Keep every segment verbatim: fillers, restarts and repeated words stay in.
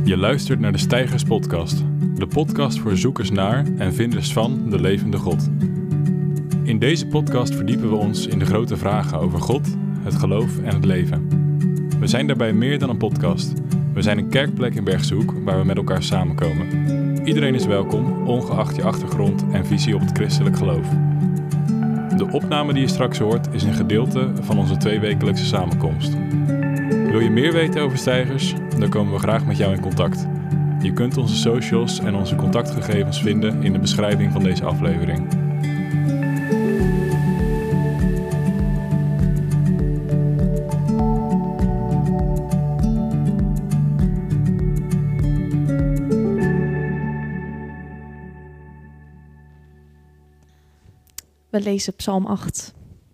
Je luistert naar de Steigers Podcast, de podcast voor zoekers naar en vinders van de levende God. In deze podcast verdiepen we ons in de grote vragen over God, het geloof en het leven. We zijn daarbij meer dan een podcast. We zijn een kerkplek in Bergshoek waar we met elkaar samenkomen. Iedereen is welkom, ongeacht je achtergrond en visie op het christelijk geloof. De opname die je straks hoort is een gedeelte van onze tweewekelijkse samenkomst. Wil je meer weten over Steigers? Dan komen we graag met jou in contact. Je kunt onze socials en onze contactgegevens vinden in de beschrijving van deze aflevering. We lezen Psalm acht.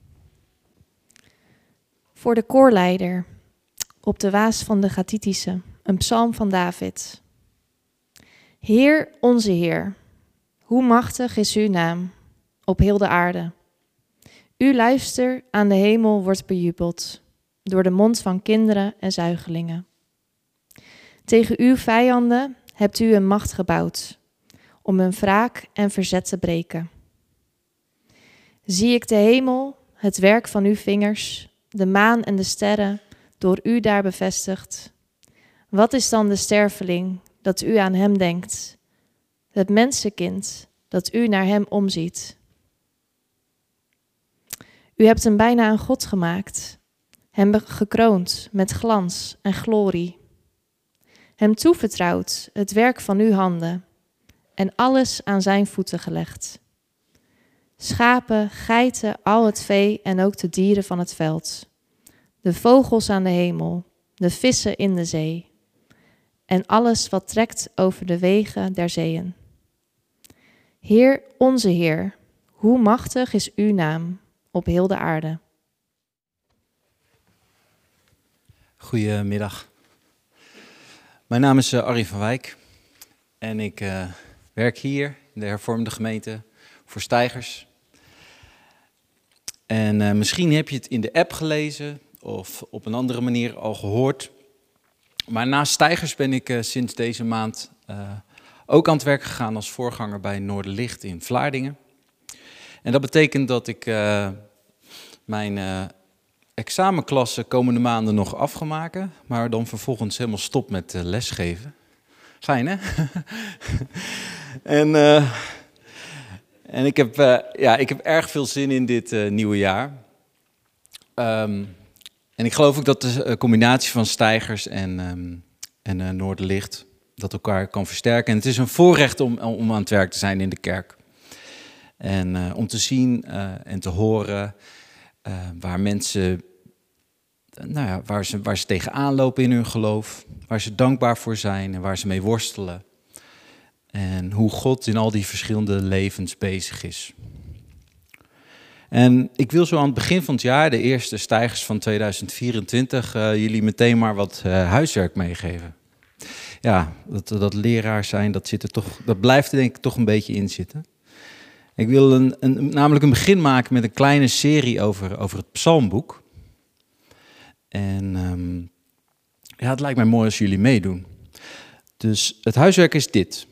Voor de koorleider, op de waas van de Gathitische, een psalm van David. Heer, onze Heer, hoe machtig is uw naam op heel de aarde. Uw luister aan de hemel wordt bejubeld, door de mond van kinderen en zuigelingen. Tegen uw vijanden hebt u een macht gebouwd, om hun wraak en verzet te breken. Zie ik de hemel, het werk van uw vingers, de maan en de sterren, door u daar bevestigd. Wat is dan de sterveling, dat u aan hem denkt? Het mensenkind, dat u naar hem omziet. U hebt hem bijna een God gemaakt, hem gekroond met glans en glorie. Hem toevertrouwd het werk van uw handen en alles aan zijn voeten gelegd. Schapen, geiten, al het vee en ook de dieren van het veld. De vogels aan de hemel, de vissen in de zee. En alles wat trekt over de wegen der zeeën. Heer, onze Heer, hoe machtig is uw naam op heel de aarde. Goedemiddag. Mijn naam is uh, Arie van Wijk. En ik uh, werk hier in de hervormde gemeente voor Steigers. En uh, misschien heb je het in de app gelezen of op een andere manier al gehoord. Maar naast Steigers ben ik uh, sinds deze maand uh, ook aan het werk gegaan als voorganger bij Noorderlicht in Vlaardingen. En dat betekent dat ik uh, mijn uh, examenklasse komende maanden nog af ga maken, maar dan vervolgens helemaal stop met uh, lesgeven. Fijn, hè? en... Uh, En ik heb, uh, ja, ik heb erg veel zin in dit uh, nieuwe jaar. Um, en ik geloof ook dat de combinatie van Steigers en, um, en uh, Noorderlicht dat elkaar kan versterken. En het is een voorrecht om, om aan het werk te zijn in de kerk. En uh, om te zien uh, en te horen uh, waar mensen, uh, nou ja, waar ze, waar ze tegenaan lopen in hun geloof. Waar ze dankbaar voor zijn en waar ze mee worstelen. En hoe God in al die verschillende levens bezig is. En ik wil zo aan het begin van het jaar, de eerste Steigers van tweeduizend vierentwintig, uh, jullie meteen maar wat uh, huiswerk meegeven. Ja, dat, dat leraar zijn, dat, zit er toch, dat blijft er denk ik toch een beetje in zitten. Ik wil een, een, namelijk een begin maken met een kleine serie over, over het psalmboek. En um, ja, het lijkt mij mooi als jullie meedoen. Dus het huiswerk is dit.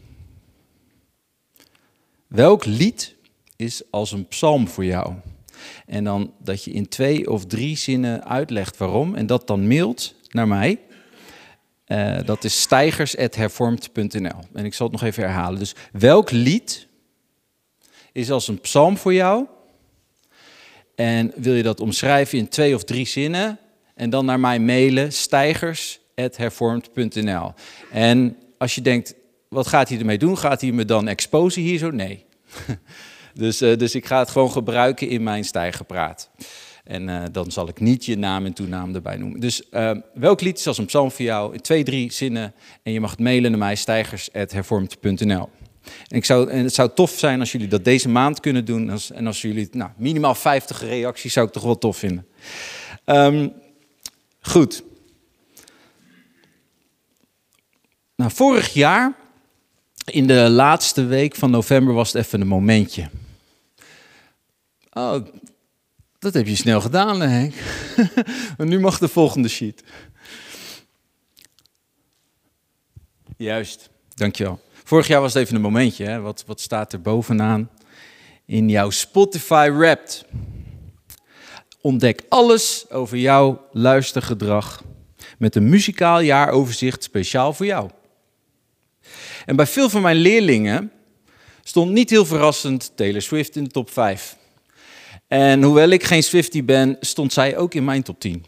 Welk lied is als een psalm voor jou? En dan dat je in twee of drie zinnen uitlegt waarom. En dat dan mailt naar mij. Uh, dat is steigers apenstaartje hervormd punt n l. En ik zal het nog even herhalen. Dus welk lied is als een psalm voor jou? En wil je dat omschrijven in twee of drie zinnen? En dan naar mij mailen. steigers apenstaartje hervormd punt n l. En als je denkt... Wat gaat hij ermee doen? Gaat hij me dan exposen hier zo? Nee. dus, uh, dus ik ga het gewoon gebruiken in mijn stijgerpraat. En uh, dan zal ik niet je naam en toenaam erbij noemen. Dus uh, welk lied is als een psalm voor jou? In twee, drie zinnen. En je mag het mailen naar mij, steigers apenstaartje hervormd punt n l. En, ik zou, en het zou tof zijn als jullie dat deze maand kunnen doen. Als, en als jullie, nou, minimaal vijftig reacties zou ik toch wel tof vinden. Um, goed. Nou, vorig jaar... In de laatste week van november was het even een momentje. Oh, dat heb je snel gedaan, Henk. Maar nu mag de volgende sheet. Juist, dankjewel. Vorig jaar was het even een momentje, hè? Wat, wat staat er bovenaan in jouw Spotify Wrapped? Ontdek alles over jouw luistergedrag met een muzikaal jaaroverzicht speciaal voor jou. En bij veel van mijn leerlingen stond niet heel verrassend Taylor Swift in de top vijf. En hoewel ik geen Swiftie ben, stond zij ook in mijn top tien.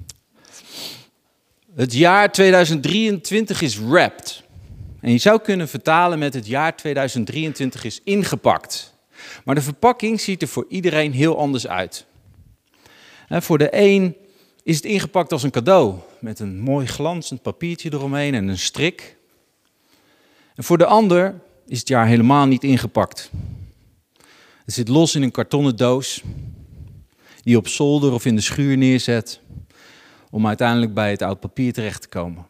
Het jaar tweeduizend drieëntwintig is wrapped. En je zou kunnen vertalen met het jaar tweeduizend drieëntwintig is ingepakt. Maar de verpakking ziet er voor iedereen heel anders uit. En voor de een is het ingepakt als een cadeau, met een mooi glanzend papiertje eromheen en een strik. En voor de ander is het jaar helemaal niet ingepakt. Het zit los in een kartonnen doos, die je op zolder of in de schuur neerzet, om uiteindelijk bij het oud papier terecht te komen.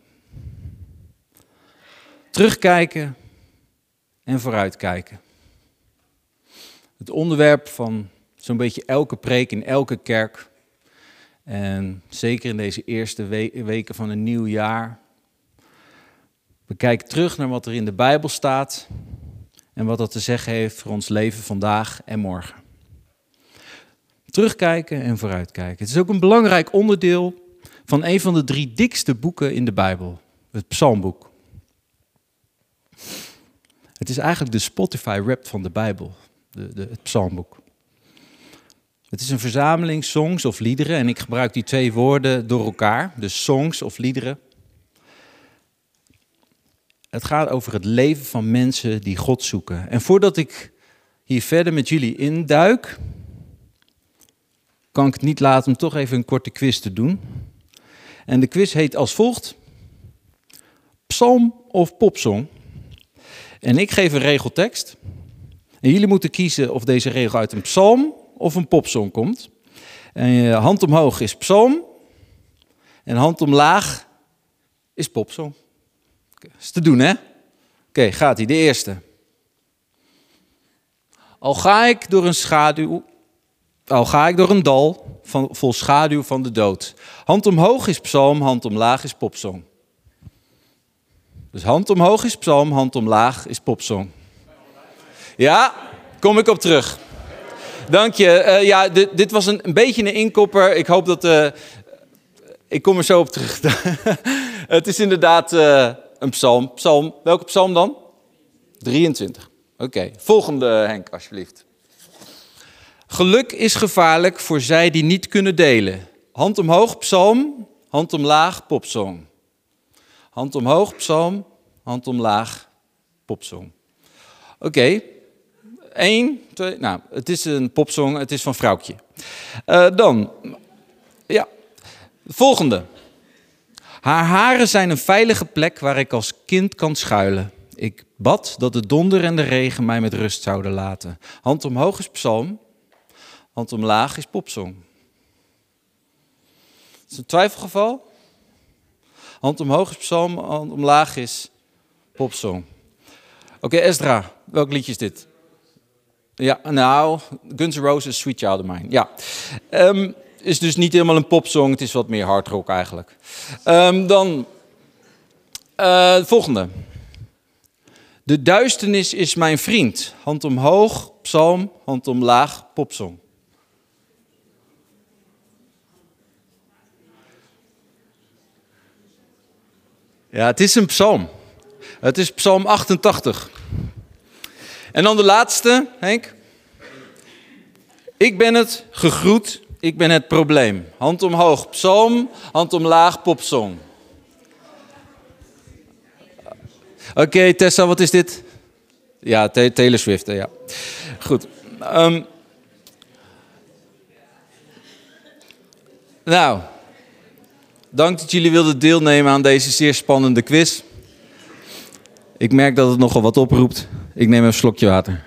Terugkijken en vooruitkijken. Het onderwerp van zo'n beetje elke preek in elke kerk, en zeker in deze eerste we- weken van een nieuw jaar. We kijken terug naar wat er in de Bijbel staat en wat dat te zeggen heeft voor ons leven vandaag en morgen. Terugkijken en vooruitkijken. Het is ook een belangrijk onderdeel van een van de drie dikste boeken in de Bijbel, het Psalmboek. Het is eigenlijk de Spotify Wrapped van de Bijbel, de, de, het Psalmboek. Het is een verzameling songs of liederen en ik gebruik die twee woorden door elkaar, dus songs of liederen. Het gaat over het leven van mensen die God zoeken. En voordat ik hier verder met jullie induik, kan ik het niet laten om toch even een korte quiz te doen. En de quiz heet als volgt: Psalm of popsong? En ik geef een regeltekst. En jullie moeten kiezen of deze regel uit een psalm of een popsong komt. En je hand omhoog is psalm. En hand omlaag is popsong. Dat is te doen, hè? Oké, okay, gaat ie. De eerste. Al ga ik door een schaduw, al ga ik door een dal van, vol schaduw van de dood. Hand omhoog is psalm, hand omlaag is popsong. Dus hand omhoog is psalm, hand omlaag is popsong. Ja, kom ik op terug. Dank je. Uh, ja, dit, dit was een, een beetje een inkopper. Ik hoop dat... Uh, ik kom er zo op terug. Het is inderdaad uh, een psalm. Psalm. Welke psalm dan? drieëntwintig. Oké, okay. Volgende Henk, alsjeblieft. Geluk is gevaarlijk voor zij die niet kunnen delen. Hand omhoog, psalm. Hand omlaag, popsong. Hand omhoog, psalm. Hand omlaag, popsong. Oké. Okay. Eén, twee, nou, het is een popsong, het is van Vrouwtje. Uh, dan, ja, volgende. Haar haren zijn een veilige plek waar ik als kind kan schuilen. Ik bad dat de donder en de regen mij met rust zouden laten. Hand omhoog is psalm, hand omlaag is popsong. Het is een twijfelgeval. Hand omhoog is psalm, hand omlaag is popsong. Oké, okay, Esdra, welk liedje is dit? Ja, nou, Guns N' Roses, Sweet Child of Mine. Ja, um, is dus niet helemaal een popsong, het is wat meer hardrock eigenlijk. Um, dan, uh, volgende. De duisternis is mijn vriend. Hand omhoog, psalm, hand omlaag, popsong. Ja, het is een psalm. Het is psalm achtentachtig. En dan de laatste, Henk. Ik ben het gegroet, ik ben het probleem. Hand omhoog, psalm, hand omlaag, popsong. Oké, okay, Tessa, wat is dit? Ja, Taylor Swift, ja. Goed. Um, nou, dank dat jullie wilden deelnemen aan deze zeer spannende quiz. Ik merk dat het nogal wat oproept. Ik neem een slokje water.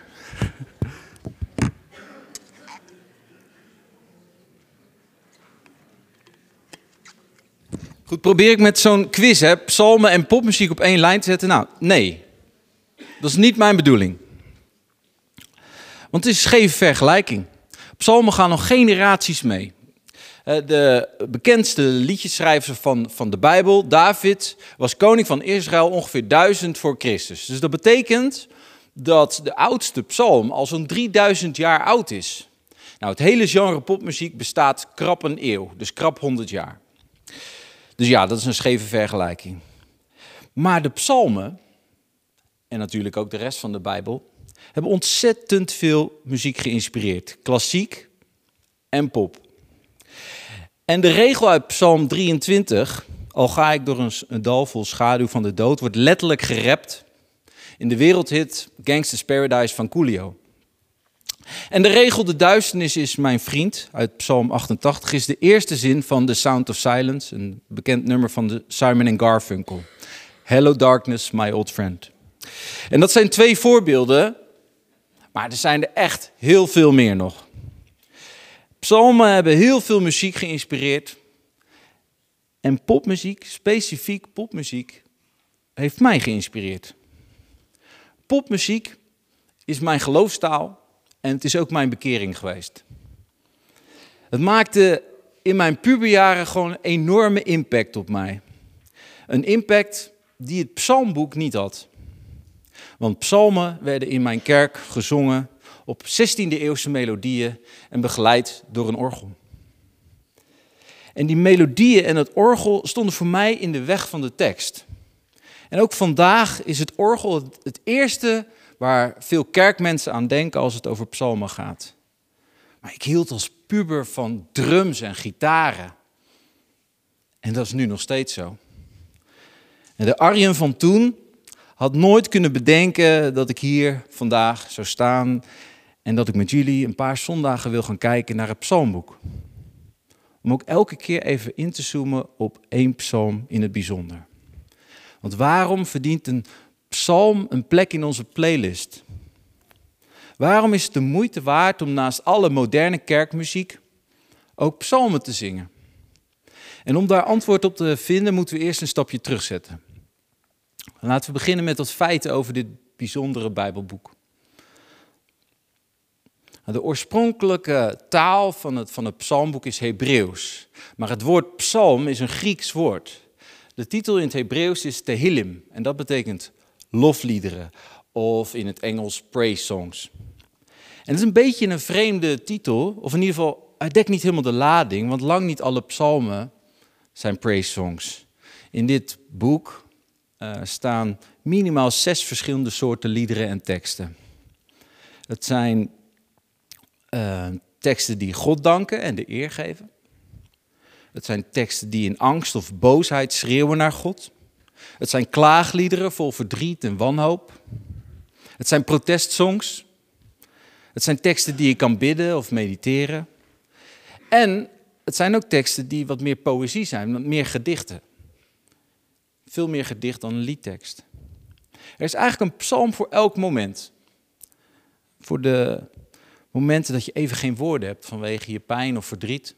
Goed, probeer ik met zo'n quiz, hè, psalmen en popmuziek op één lijn te zetten? Nou, nee. Dat is niet mijn bedoeling. Want het is een scheve vergelijking. Psalmen gaan nog generaties mee. De bekendste liedjeschrijver van, van de Bijbel, David, was koning van Israël ongeveer duizend voor Christus. Dus dat betekent dat de oudste psalm al zo'n drieduizend jaar oud is. Nou, het hele genre popmuziek bestaat krap een eeuw, dus krap honderd jaar. Dus ja, dat is een scheve vergelijking. Maar de psalmen, en natuurlijk ook de rest van de Bijbel, hebben ontzettend veel muziek geïnspireerd. Klassiek en pop. En de regel uit Psalm drieëntwintig, al ga ik door een, een dal vol schaduw van de dood, wordt letterlijk gerapt in de wereldhit Gangsta's Paradise van Coolio. En de regel de duisternis is mijn vriend uit Psalm achtentachtig is de eerste zin van The Sound of Silence, een bekend nummer van de Simon en Garfunkel. Hello darkness, my old friend. En dat zijn twee voorbeelden, maar er zijn er echt heel veel meer nog. Psalmen hebben heel veel muziek geïnspireerd. En popmuziek, specifiek popmuziek, heeft mij geïnspireerd. Popmuziek is mijn geloofstaal en het is ook mijn bekering geweest. Het maakte in mijn puberjaren gewoon een enorme impact op mij. Een impact die het psalmboek niet had. Want psalmen werden in mijn kerk gezongen op zestiende eeuwse melodieën en begeleid door een orgel. En die melodieën en het orgel stonden voor mij in de weg van de tekst. En ook vandaag is het orgel het, het eerste waar veel kerkmensen aan denken als het over psalmen gaat. Maar ik hield als puber van drums en gitaren. En dat is nu nog steeds zo. En de Arjen van toen had nooit kunnen bedenken dat ik hier vandaag zou staan en dat ik met jullie een paar zondagen wil gaan kijken naar het psalmboek. Om ook elke keer even in te zoomen op één psalm in het bijzonder. Want waarom verdient een psalm een plek in onze playlist? Waarom is het de moeite waard om naast alle moderne kerkmuziek ook psalmen te zingen? En om daar antwoord op te vinden moeten we eerst een stapje terugzetten. Laten we beginnen met wat feiten over dit bijzondere Bijbelboek. De oorspronkelijke taal van het, van het psalmboek is Hebreeuws. Maar het woord psalm is een Grieks woord. De titel in het Hebreeuws is Tehillim. En dat betekent lofliederen. Of in het Engels praise songs. En het is een beetje een vreemde titel. Of in ieder geval, hij dekt niet helemaal de lading. Want lang niet alle psalmen zijn praise songs. In dit boek uh, staan minimaal zes verschillende soorten liederen en teksten. Het zijn Uh, teksten die God danken en de eer geven. Het zijn teksten die in angst of boosheid schreeuwen naar God. Het zijn klaagliederen vol verdriet en wanhoop. Het zijn protestsongs. Het zijn teksten die je kan bidden of mediteren. En het zijn ook teksten die wat meer poëzie zijn, wat meer gedichten. Veel meer gedicht dan een liedtekst. Er is eigenlijk een psalm voor elk moment. Voor de momenten dat je even geen woorden hebt vanwege je pijn of verdriet.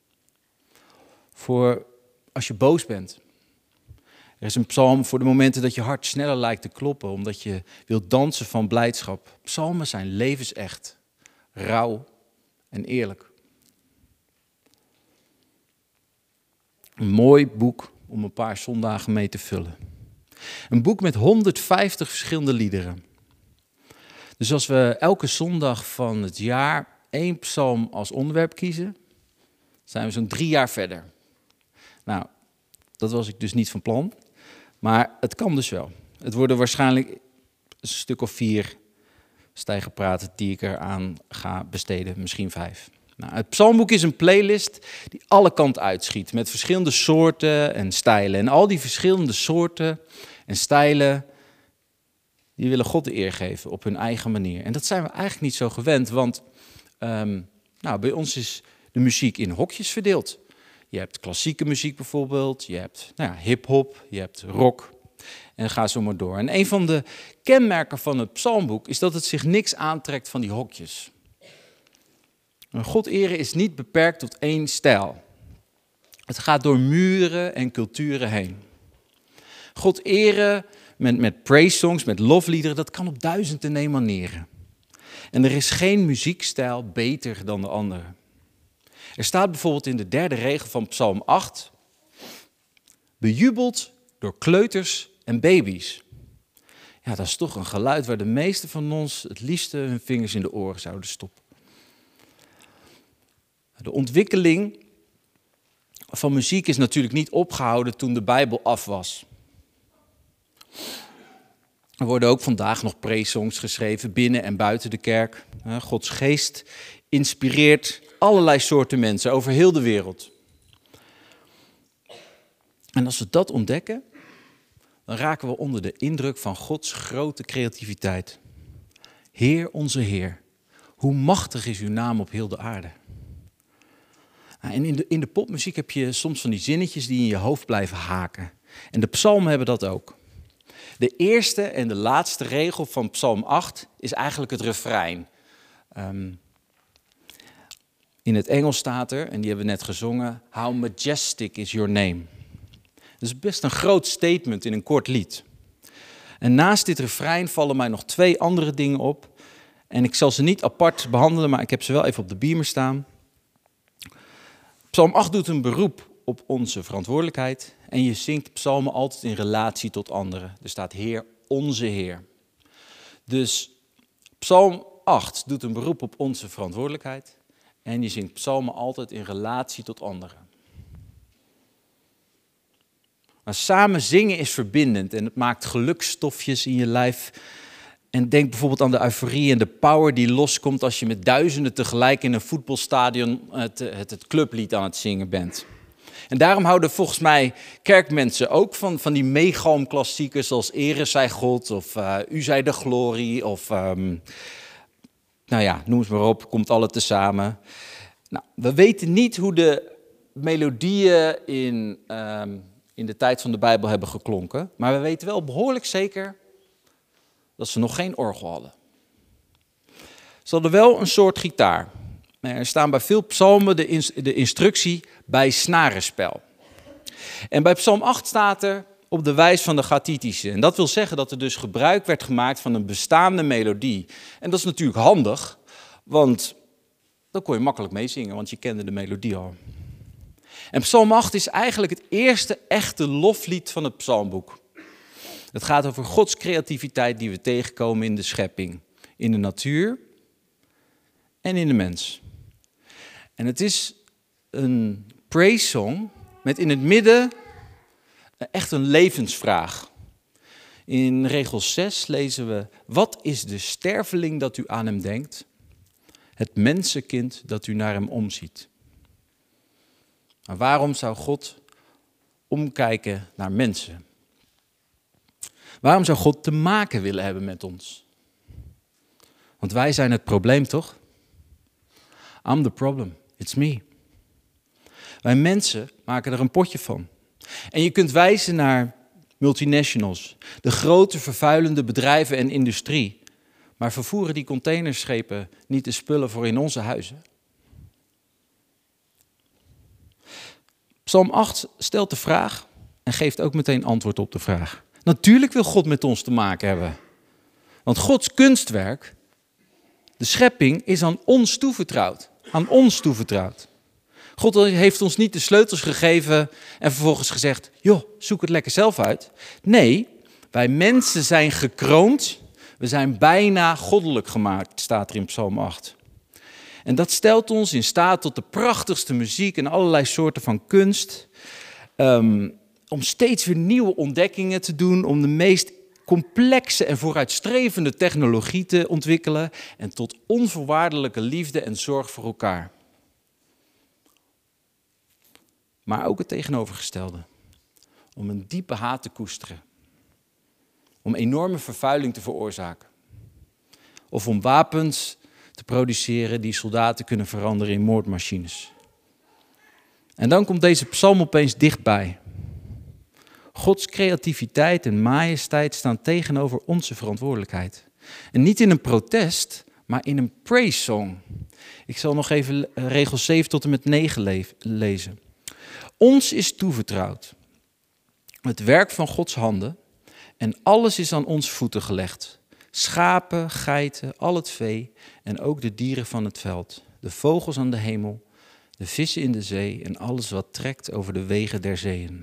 Voor als je boos bent. Er is een psalm voor de momenten dat je hart sneller lijkt te kloppen, omdat je wilt dansen van blijdschap. Psalmen zijn levensecht, rauw en eerlijk. Een mooi boek om een paar zondagen mee te vullen. Een boek met honderdvijftig verschillende liederen. Dus als we elke zondag van het jaar één psalm als onderwerp kiezen, zijn we zo'n drie jaar verder. Nou, dat was ik dus niet van plan, maar het kan dus wel. Het worden waarschijnlijk een stuk of vier stijgerpraten die ik eraan ga besteden, misschien vijf. Nou, het psalmboek is een playlist die alle kanten uitschiet, met verschillende soorten en stijlen. En al die verschillende soorten en stijlen, die willen God de eer geven op hun eigen manier. En dat zijn we eigenlijk niet zo gewend, want um, nou, bij ons is de muziek in hokjes verdeeld. Je hebt klassieke muziek bijvoorbeeld, je hebt nou ja, hip-hop, je hebt rock en ga zo maar door. En een van de kenmerken van het psalmboek is dat het zich niks aantrekt van die hokjes. God eren is niet beperkt tot één stijl. Het gaat door muren en culturen heen. God eren met, met praise songs, met lofliederen, dat kan op duizend en één manieren. En er is geen muziekstijl beter dan de andere. Er staat bijvoorbeeld in de derde regel van Psalm acht, bejubeld door kleuters en baby's. Ja, dat is toch een geluid waar de meesten van ons het liefste hun vingers in de oren zouden stoppen. De ontwikkeling van muziek is natuurlijk niet opgehouden toen de Bijbel af was. Er worden ook vandaag nog praise-songs geschreven binnen en buiten de kerk. Gods geest inspireert allerlei soorten mensen over heel de wereld. En als we dat ontdekken, dan raken we onder de indruk van Gods grote creativiteit. Heer onze Heer, hoe machtig is uw naam op heel de aarde. En in de, in de popmuziek heb je soms van die zinnetjes die in je hoofd blijven haken. En de psalmen hebben dat ook. De eerste en de laatste regel van Psalm acht is eigenlijk het refrein. Um, in het Engels staat er, en die hebben we net gezongen, how majestic is your name. Dat is best een groot statement in een kort lied. En naast dit refrein vallen mij nog twee andere dingen op. En ik zal ze niet apart behandelen, maar ik heb ze wel even op de beamer staan. Psalm acht doet een beroep op onze verantwoordelijkheid. En je zingt psalmen altijd in relatie tot anderen. Er staat Heer, onze Heer. Dus Psalm acht doet een beroep op onze verantwoordelijkheid. En je zingt psalmen altijd in relatie tot anderen. Maar samen zingen is verbindend en het maakt gelukstofjes in je lijf. En denk bijvoorbeeld aan de euforie en de power die loskomt als je met duizenden tegelijk in een voetbalstadion het, het, het clublied aan het zingen bent. En daarom houden volgens mij kerkmensen ook van, van die meegalmklassiekers zoals Ere zij God of uh, U zij de glorie of um, nou ja, noem het maar op, komt alle tezamen. Nou, we weten niet hoe de melodieën in, um, in de tijd van de Bijbel hebben geklonken, maar we weten wel behoorlijk zeker dat ze nog geen orgel hadden. Ze hadden wel een soort gitaar. Er staan bij veel psalmen de, ins- de instructie bij snarenspel. En bij Psalm acht staat er op de wijs van de Chatitische. En dat wil zeggen dat er dus gebruik werd gemaakt van een bestaande melodie. En dat is natuurlijk handig, want dan kon je makkelijk meezingen, want je kende de melodie al. En Psalm acht is eigenlijk het eerste echte loflied van het psalmboek. Het gaat over Gods creativiteit die we tegenkomen in de schepping, in de natuur en in de mens. En het is een praise song met in het midden echt een levensvraag. In regel zes lezen we, wat is de sterveling dat u aan hem denkt? Het mensenkind dat u naar hem omziet. Maar waarom zou God omkijken naar mensen? Waarom zou God te maken willen hebben met ons? Want wij zijn het probleem, toch? I'm the problem, it's me. Wij mensen maken er een potje van. En je kunt wijzen naar multinationals, de grote vervuilende bedrijven en industrie. Maar vervoeren die containerschepen niet de spullen voor in onze huizen? Psalm acht stelt de vraag en geeft ook meteen antwoord op de vraag. Natuurlijk wil God met ons te maken hebben. Want Gods kunstwerk, de schepping, is aan ons toevertrouwd. Aan ons toevertrouwd. God heeft ons niet de sleutels gegeven en vervolgens gezegd, joh, zoek het lekker zelf uit. Nee, wij mensen zijn gekroond. We zijn bijna goddelijk gemaakt, staat er in Psalm acht. En dat stelt ons in staat tot de prachtigste muziek en allerlei soorten van kunst. Um, om steeds weer nieuwe ontdekkingen te doen, om de meest complexe en vooruitstrevende technologie te ontwikkelen en tot onvoorwaardelijke liefde en zorg voor elkaar. Maar ook het tegenovergestelde. Om een diepe haat te koesteren. Om enorme vervuiling te veroorzaken. Of om wapens te produceren die soldaten kunnen veranderen in moordmachines. En dan komt deze psalm opeens dichtbij. Gods creativiteit en majesteit staan tegenover onze verantwoordelijkheid. En niet in een protest, maar in een praise song. Ik zal nog even regel zeven tot en met negen le- lezen. Ons is toevertrouwd het werk van Gods handen en alles is aan ons voeten gelegd. Schapen, geiten, al het vee en ook de dieren van het veld, de vogels aan de hemel, de vissen in de zee en alles wat trekt over de wegen der zeeën.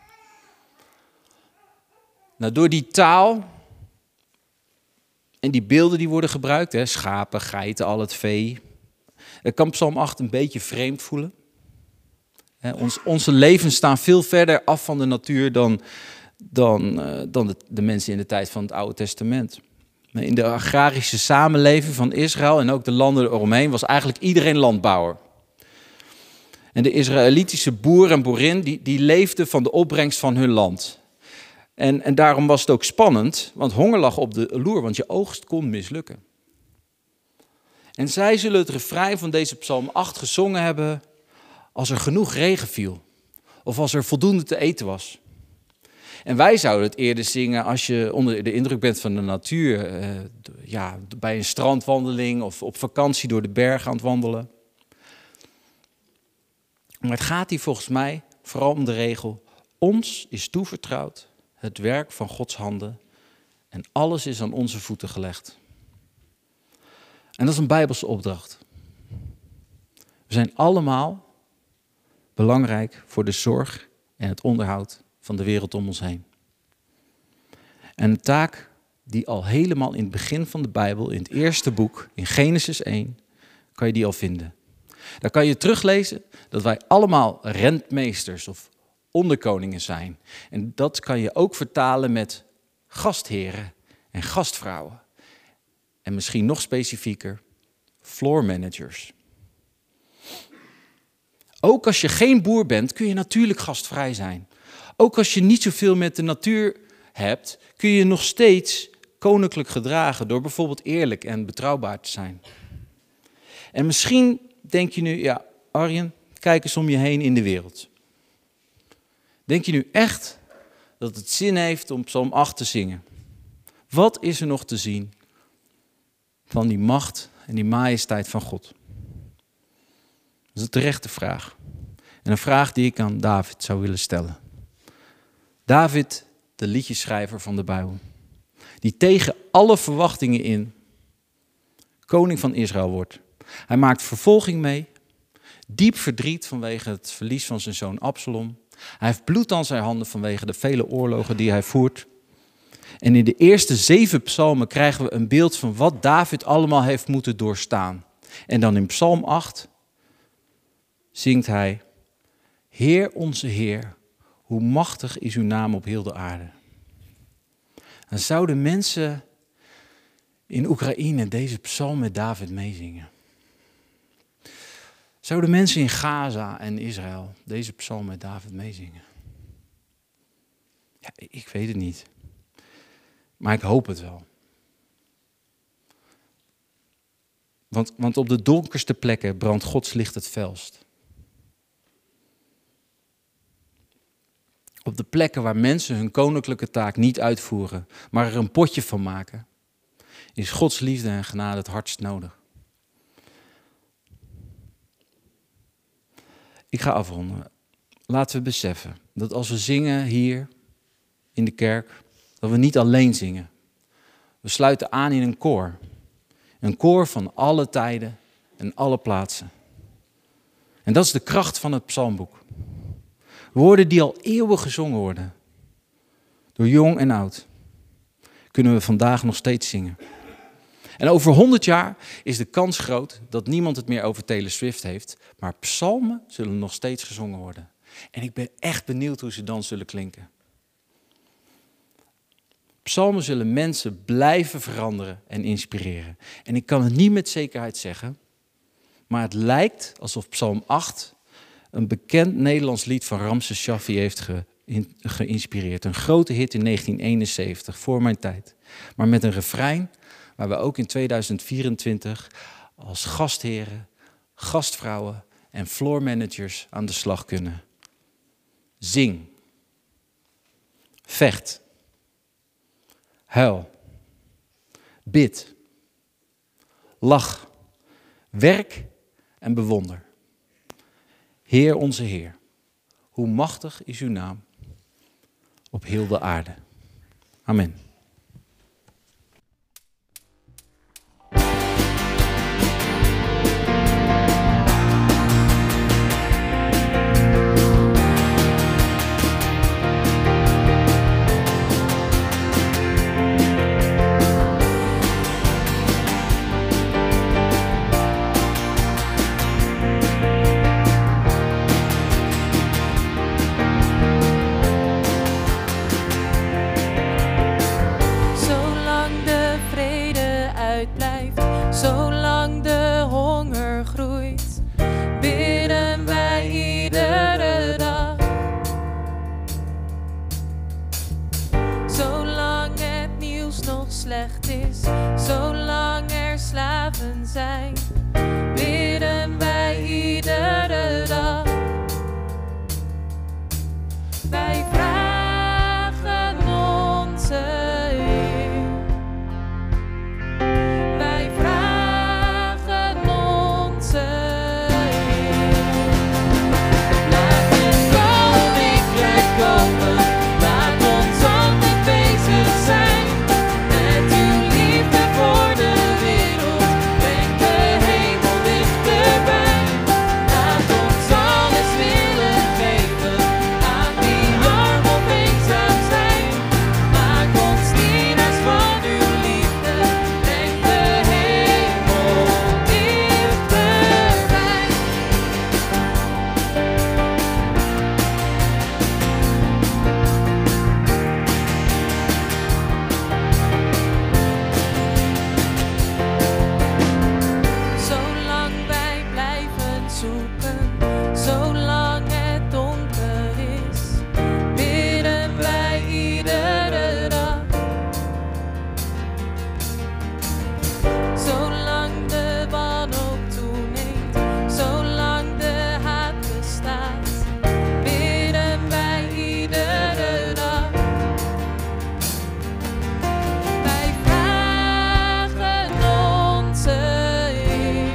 Nou, door die taal en die beelden die worden gebruikt, hè, schapen, geiten, al het vee, kan Psalm acht een beetje vreemd voelen. Hè, ons, onze levens staan veel verder af van de natuur dan, dan, uh, dan de, de mensen in de tijd van het Oude Testament. In de agrarische samenleving van Israël en ook de landen eromheen was eigenlijk iedereen landbouwer. En de Israëlitische boer en boerin die, die leefden van de opbrengst van hun land. En, en daarom was het ook spannend, want honger lag op de loer, want je oogst kon mislukken. En zij zullen het refrein van deze psalm acht gezongen hebben als er genoeg regen viel. Of als er voldoende te eten was. En wij zouden het eerder zingen als je onder de indruk bent van de natuur. Eh, ja, bij een strandwandeling of op vakantie door de bergen aan het wandelen. Maar het gaat hier volgens mij vooral om de regel. Ons is toevertrouwd het werk van Gods handen. En alles is aan onze voeten gelegd. En dat is een Bijbelse opdracht. We zijn allemaal belangrijk voor de zorg en het onderhoud van de wereld om ons heen. En een taak die al helemaal in het begin van de Bijbel, in het eerste boek, in Genesis één, kan je die al vinden. Daar kan je teruglezen dat wij allemaal rentmeesters of onderkoningen zijn. En dat kan je ook vertalen met gastheren en gastvrouwen. En misschien nog specifieker, floor managers. Ook als je geen boer bent, kun je natuurlijk gastvrij zijn. Ook als je niet zoveel met de natuur hebt, kun je nog steeds koninklijk gedragen door bijvoorbeeld eerlijk en betrouwbaar te zijn. En misschien denk je nu, ja, Arjen, kijk eens om je heen in de wereld. Denk je nu echt dat het zin heeft om Psalm acht te zingen? Wat is er nog te zien van die macht en die majesteit van God? Dat is een terechte vraag. En een vraag die ik aan David zou willen stellen. David, de liedjeschrijver van de Bijbel. Die tegen alle verwachtingen in koning van Israël wordt. Hij maakt vervolging mee. Diep verdriet vanwege het verlies van zijn zoon Absalom. Hij heeft bloed aan zijn handen vanwege de vele oorlogen die hij voert. En in de eerste zeven psalmen krijgen we een beeld van wat David allemaal heeft moeten doorstaan. En dan in psalm acht zingt hij: Heer onze Heer, hoe machtig is uw naam op heel de aarde. Dan zouden mensen in Oekraïne deze psalm met David meezingen. Zouden mensen in Gaza en Israël deze psalm met David meezingen? Ja, ik weet het niet. Maar ik hoop het wel. Want, want op de donkerste plekken brandt Gods licht het felst. Op de plekken waar mensen hun koninklijke taak niet uitvoeren, maar er een potje van maken, is Gods liefde en genade het hardst nodig. Ik ga afronden. Laten we beseffen dat als we zingen hier in de kerk, dat we niet alleen zingen. We sluiten aan in een koor. Een koor van alle tijden en alle plaatsen. En dat is de kracht van het psalmboek. Woorden die al eeuwen gezongen worden. Door jong en oud. Kunnen we vandaag nog steeds zingen. En over honderd jaar is de kans groot dat niemand het meer over Taylor Swift heeft. Maar psalmen zullen nog steeds gezongen worden. En ik ben echt benieuwd hoe ze dan zullen klinken. Psalmen zullen mensen blijven veranderen en inspireren. En ik kan het niet met zekerheid zeggen, maar het lijkt alsof Psalm acht een bekend Nederlands lied van Ramses Shaffi heeft ge, in, geïnspireerd. Een grote hit in negentien eenenzeventig, voor mijn tijd. Maar met een refrein waar we ook in tweeduizend vierentwintig als gastheren, gastvrouwen en floor managers aan de slag kunnen. Zing. Vecht. Huil. Bid. Lach. Werk en bewonder. Heer onze Heer, hoe machtig is uw naam op heel de aarde. Amen. slecht is, zolang er slaven zijn, bidden wij iedere dag. Wij vragen onze Heer. Wij vragen onze Heer. Laat het koninkrijk komen. Laat ons altijd bezig zijn met uw liefde voor de wereld. Breng de hemel dichterbij. Laat ons alles willen geven aan wie arm of eenzaam zijn. Maak ons dienaars van uw liefde. Breng de hemel dichterbij. Zolang wij blijven zoeken, zolang het donker is, bidden wij iedere dag. Zolang de wanhoop toeneemt, zolang de haat bestaat, bidden wij iedere dag. Wij vragen onze Heer.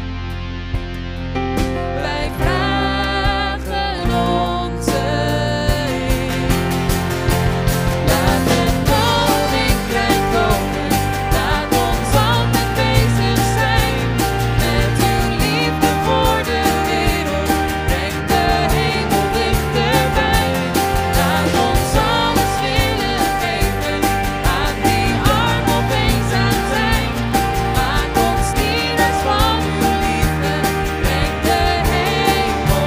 Wij vragen onze Heer. Laat het koninkrijk komen. Laat ons altijd bezig zijn met uw liefde voor de wereld. Breng de hemel dichterbij. Laat ons alles willen geven aan wie arm of eenzaam zijn. Maak ons dienaars van uw liefde. Breng de hemel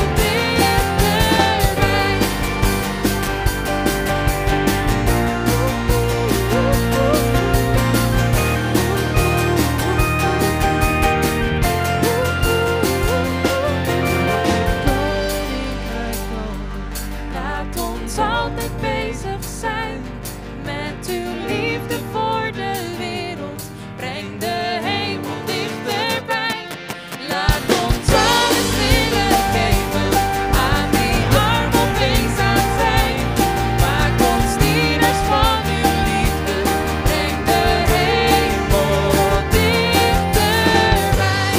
dichterbij. Laat ons altijd bezig zijn met uw liefde voor de wereld. Breng de hemel dichterbij. Laat ons alles willen geven aan wie arm of eenzaam zijn. Maak ons dienaars van uw liefde. Breng de hemel dichterbij.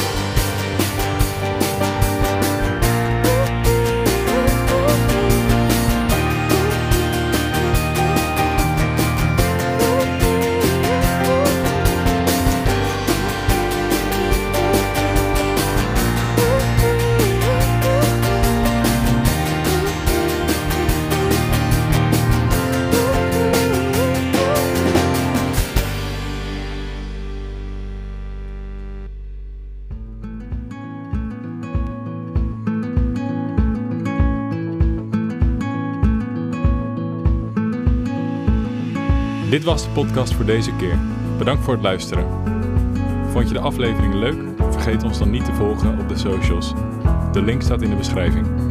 Dit was de podcast voor deze keer. Bedankt voor het luisteren. Vond je de aflevering leuk? Vergeet ons dan niet te volgen op de socials. De link staat in de beschrijving.